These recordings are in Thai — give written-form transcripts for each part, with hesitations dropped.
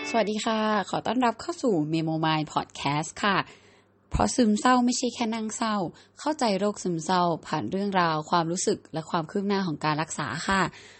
สวัสดีค่ะขอต้อนรับเข้าสู่ Memo Mind Podcast ค่ะเพราะซึมเศร้าไม่ใช่แค่นั่งเศร้าเข้าใจโรคซึมเศร้าผ่านเรื่องราวความรู้สึกและความคืบหน้าของการรักษาค่ะ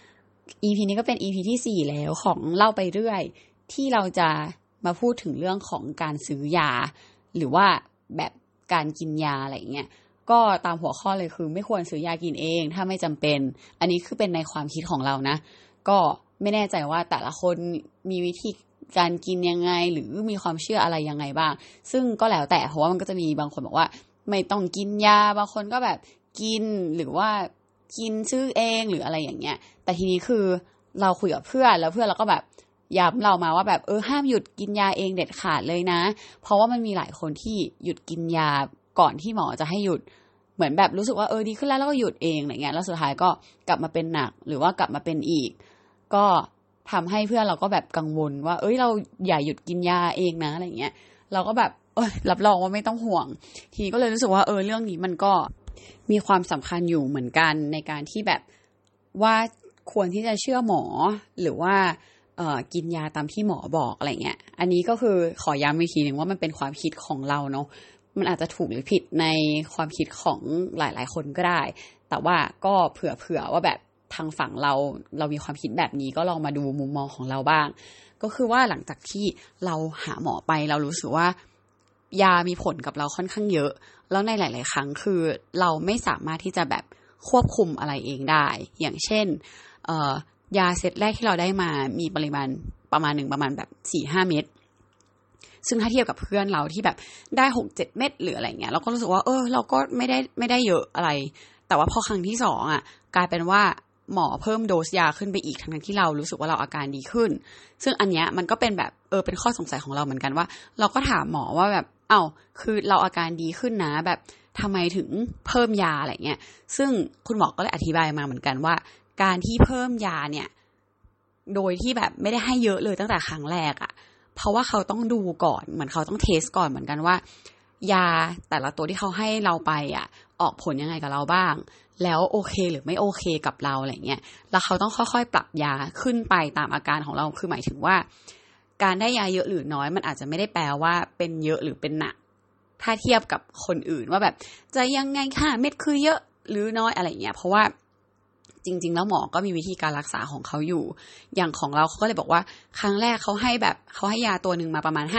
EP นี้ก็เป็น EP ที่4แล้วของเล่าไปเรื่อยที่เราจะมาพูดถึงเรื่องของการซื้อยาหรือว่าแบบการกินยาอะไรอย่างเงี้ยก็ตามหัวข้อเลยคือไม่ควรซื้อยากินเองถ้าไม่จำเป็นอันนี้คือเป็นในความคิดของเรานะก็ไม่แน่ใจว่าแต่ละคนมีวิธีการกินยังไงหรือมีความเชื่ออะไรยังไงบ้างซึ่งก็แล้วแต่เพราะว่ามันก็จะมีบางคนบอกว่าไม่ต้องกินยาบางคนก็แบบกินหรือว่ากินซื้อเองหรืออะไรอย่างเงี้ยแต่ทีนี้คือเราคุยกับเพื่อนแล้วเพื่อนเราก็แบบย้ำเรามาว่าแบบห้ามหยุดกินยาเองเด็ดขาดเลยนะเพราะว่ามันมีหลายคนที่หยุดกินยาก่อนที่หมอจะให้หยุดเหมือนแบบรู้สึกว่าดีขึ้นแล้วก็หยุดเองอะไรเงี้ยแล้วสุดท้ายก็กลับมาเป็นหนักหรือว่ากลับมาเป็นอีกก็ทำให้เพื่อนเราก็แบบกังวลว่าเราอย่าหยุดกินยาเองนะอะไรเงี้ยเราก็แบบรับรองว่าไม่ต้องห่วงทีนี้ก็เลยรู้สึกว่าเรื่องนี้มันก็มีความสำคัญอยู่เหมือนกันในการที่แบบว่าควรที่จะเชื่อหมอหรือว่ากินยาตามที่หมอบอกอะไรเงี้ยอันนี้ก็คือขอย้ำอีกทีนึงว่ามันเป็นความคิดของเราเนาะมันอาจจะถูกหรือผิดในความคิดของหลายๆคนก็ได้แต่ว่าก็เผื่อว่าแบบทางฝั่งเรามีความคิดแบบนี้ก็ลองมาดูมุมมองของเราบ้างก็คือว่าหลังจากที่เราหาหมอไปเรารู้สึกว่ายามีผลกับเราค่อนข้างเยอะแล้วในหลายๆครั้งคือเราไม่สามารถที่จะแบบควบคุมอะไรเองได้อย่างเช่นยาเซตแรกที่เราได้มามีปริมาณประมาณแบบ 4-5 เม็ดซึ่งถ้าเทียบกับเพื่อนเราที่แบบได้ 6-7 เม็ดหรืออะไรเงี้ยเราก็รู้สึกว่าเราก็ไม่ได้เยอะอะไรแต่ว่าพอครั้งที่2อ่ะกลายเป็นว่าหมอเพิ่มโดสยาขึ้นไปอีกทั้งที่เรารู้สึกว่าเราอาการดีขึ้นซึ่งอันเนี้ยมันก็เป็นแบบเป็นข้อสงสัยของเราเหมือนกันว่าเราก็ถามหมอว่าแบบคือเราอาการดีขึ้นนะแบบทำไมถึงเพิ่มยาอะไรเงี้ยซึ่งคุณหมอก็เลยอธิบายมาเหมือนกันว่าการที่เพิ่มยาเนี่ยโดยที่แบบไม่ได้ให้เยอะเลยตั้งแต่ครั้งแรกอ่ะเพราะว่าเขาต้องดูก่อนเหมือนเขาต้องเทสก่อนเหมือนกันว่ายาแต่ละตัวที่เขาให้เราไปอ่ะออกผลยังไงกับเราบ้างแล้วโอเคหรือไม่โอเคกับเราอะไรเงี้ยแล้วเขาต้องค่อยๆปรับยาขึ้นไปตามอาการของเราคือหมายถึงว่าการได้ยาเยอะหรือน้อยมันอาจจะไม่ได้แปลว่าเป็นเยอะหรือเป็นหนักถ้าเทียบกับคนอื่นว่าแบบจะยังไงค่ะเม็ดคือเยอะหรือน้อยอะไรเงี้ยเพราะว่าจริงๆแล้วหมอก็มีวิธีการรักษาของเขาอยู่อย่างของเราเขาก็เลยบอกว่าครั้งแรกเขาให้ยาตัวนึงมาประมาณ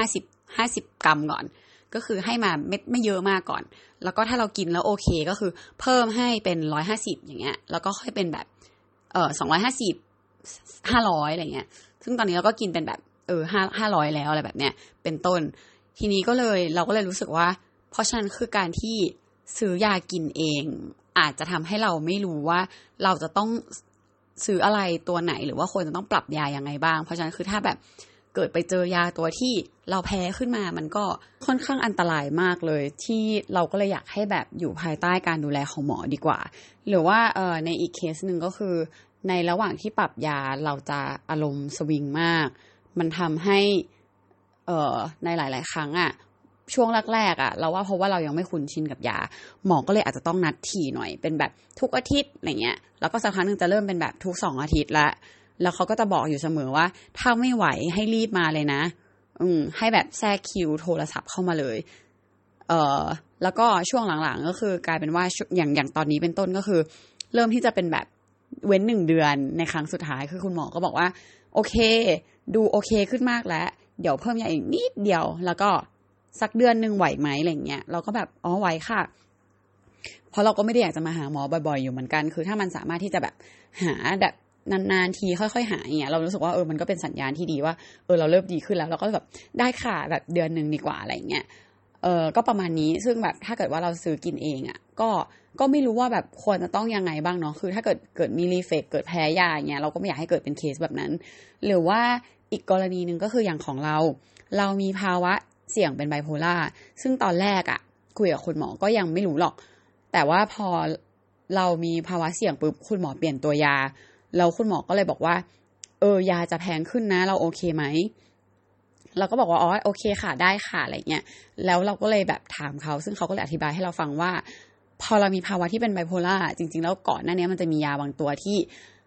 50กรัมก่อนก็คือให้มาเม็ดไม่เยอะมากก่อนแล้วก็ถ้าเรากินแล้วโอเคก็คือเพิ่มให้เป็น150อย่างเงี้ยแล้วก็ค่อยเป็นแบบ250 500อะไรเงี้ยซึ่งตอนนี้เราก็กินเป็นแบบ500แล้วอะไรแบบเนี้ยเป็นต้นทีนี้เราก็เลยรู้สึกว่าเพราะฉะนั้นคือการที่ซื้อยากินเองอาจจะทำให้เราไม่รู้ว่าเราจะต้องซื้ออะไรตัวไหนหรือว่าควรจะต้องปรับยายังไงบ้างเพราะฉะนั้นคือถ้าแบบเกิดไปเจอยาตัวที่เราแพ้ขึ้นมามันก็ค่อนข้างอันตรายมากเลยที่เราก็เลยอยากให้แบบอยู่ภายใต้การดูแลของหมอดีกว่าหรือว่าในอีกเคสหนึ่งก็คือในระหว่างที่ปรับยาเราจะอารมณ์สวิงมากมันทำให้ในหลายๆครั้งอ่ะช่วงแรกๆอ่ะเราว่าเพราะว่าเรายังไม่คุ้นชินกับยาหมอก็เลยอาจจะต้องนัดถี่หน่อยเป็นแบบทุกอาทิตย์อะไรเงี้ยแล้วก็สักพักนึงจะเริ่มเป็นแบบทุก2 อาทิตย์ละแล้วเขาก็จะบอกอยู่เสมอว่าถ้าไม่ไหวให้รีบมาเลยนะให้แบบแทรกคิวโทรศัพท์เข้ามาเลยแล้วก็ช่วงหลังๆก็คือกลายเป็นว่าอย่างตอนนี้เป็นต้นก็คือเริ่มที่จะเป็นแบบเว้น1 เดือนในครั้งสุดท้ายคือคุณหมอก็บอกว่าโอเคดูโอเคขึ้นมากแล้วเดี๋ยวเพิ่มยาอีกนิดเดียวแล้วก็สักเดือนนึงไหวไหมอะไรเงี้ยเราก็แบบไหวค่ะเพราะเราก็ไม่ได้อยากจะมาหาหมอบ่อยๆอยู่เหมือนกันคือถ้ามันสามารถที่จะแบบหาแบบนานๆทีค่อยๆหาอย่างเงี้ยเรารู้สึกว่ามันก็เป็นสัญญาณที่ดีว่าเราเริ่มดีขึ้นแล้วเราก็แบบได้ค่ะแบบเดือนนึงดีกว่าอะไรเงี้ยก็ประมาณนี้ซึ่งแบบถ้าเกิดว่าเราซื้อกินเองอ่ะก็ไม่รู้ว่าแบบควรจะต้องยังไงบ้างเนาะคือถ้าเกิดมีรีเฟกเกิดแพ้ยาอย่างเงี้ยเราก็ไม่อยากให้เกิดเป็นเคสแบบนั้นหรือว่าอีกกรณีนึงก็คืออย่างของเรามีภาวะเสี่ยงเป็นไบโพล่าซึ่งตอนแรกอ่ะคุยกับคุณหมอก็ยังไม่รู้หรอกแต่ว่าพอเรามีภาวะเสี่ยงปุ๊บคุณหมอเปลี่ยนตัวยาแล้วคุณหมอก็เลยบอกว่ายาจะแพงขึ้นนะเราโอเคไหมเราก็บอกว่าโอเคค่ะได้ค่ะอะไรเงี้ยแล้วเราก็เลยแบบถามเขาซึ่งเขาก็เลยอธิบายให้เราฟังว่าพอเรามีภาวะที่เป็นไบโพล่าจริงๆแล้วก่อนหน้านี้มันจะมียาบางตัวที่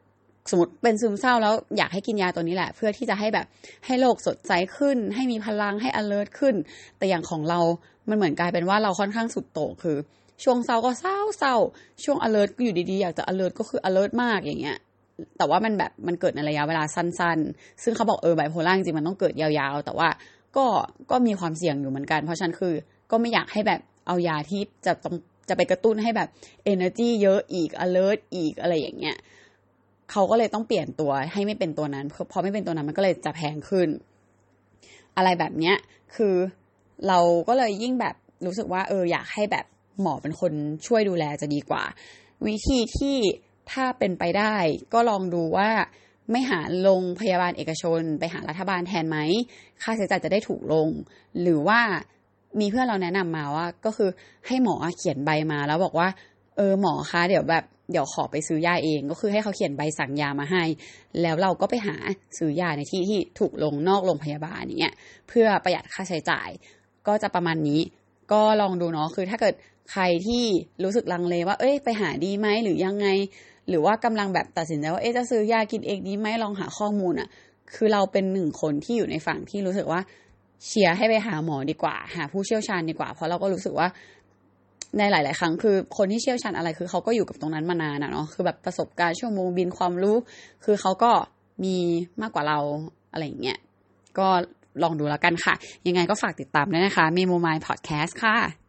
สมมติเป็นซึมเศร้าแล้วอยากให้กินยาตัวนี้แหละเพื่อที่จะให้แบบให้โลกสดใสขึ้นให้มีพลังให้ alert ขึ้นแต่อย่างของเรามันเหมือนกลายเป็นว่าเราค่อนข้างสุดโต่งคือช่วงเศร้าก็เศร้าช่วง alert ก็อยู่ดีๆอยากจะ alert ก็คือ alert มากอย่างเงี้ยแต่ว่ามันแบบมันเกิดในระยะเวลาสั้นๆซึ่งเขาบอกไบโพล่าจริงๆมันต้องเกิดยาวๆแต่ว่าก็มีความเสี่ยงอยู่เหมือนกันเพราะฉะนั้นคือก็ไม่อยากให้แบบเอายาที่จะไปกระตุ้นให้แบบ energy เยอะอีก alert อีกอะไรอย่างเงี้ยเขาก็เลยต้องเปลี่ยนตัวให้ไม่เป็นตัวนั้นพอไม่เป็นตัวนั้นมันก็เลยจะแพงขึ้นอะไรแบบเนี้ยคือเราก็เลยยิ่งแบบรู้สึกว่าอยากให้แบบหมอเป็นคนช่วยดูแลจะดีกว่าวิธีที่ถ้าเป็นไปได้ก็ลองดูว่าไม่หาโรงพยาบาลเอกชนไปหารัฐบาลแทนไหมค่าใช้จ่ายจะได้ถูกลงหรือว่ามีเพื่อนเราแนะนำมาว่าก็คือให้หมอเขียนใบมาแล้วบอกว่าหมอคะเดี๋ยวขอไปซื้อยาเองก็คือให้เขาเขียนใบสั่งยามาให้แล้วเราก็ไปหาซื้อยาในที่ที่ถูกลงนอกโรงพยาบาลอย่างเงี้ยเพื่อประหยัดค่าใช้จ่ายก็จะประมาณนี้ก็ลองดูเนาะคือถ้าเกิดใครที่รู้สึกลังเลว่าไปหาดีไหมหรือยังไงหรือว่ากำลังแบบตัดสินใจว่าจะซื้อยากินเองดีไหมลองหาข้อมูลคือเราเป็นหนึ่งคนที่อยู่ในฝั่งที่รู้สึกว่าเชียร์ให้ไปหาหมอดีกว่าหาผู้เชี่ยวชาญดีกว่าเพราะเราก็รู้สึกว่าในหลายๆครั้งคือคนที่เชี่ยวชาญอะไรคือเขาก็อยู่กับตรงนั้นมานานเนาะคือแบบประสบการณ์ชั่วโมงบินความรู้คือเขาก็มีมากกว่าเราอะไรอย่างเงี้ยก็ลองดูแล้วกันค่ะยังไงก็ฝากติดตามด้วยนะคะ Memo Mind Podcast ค่ะ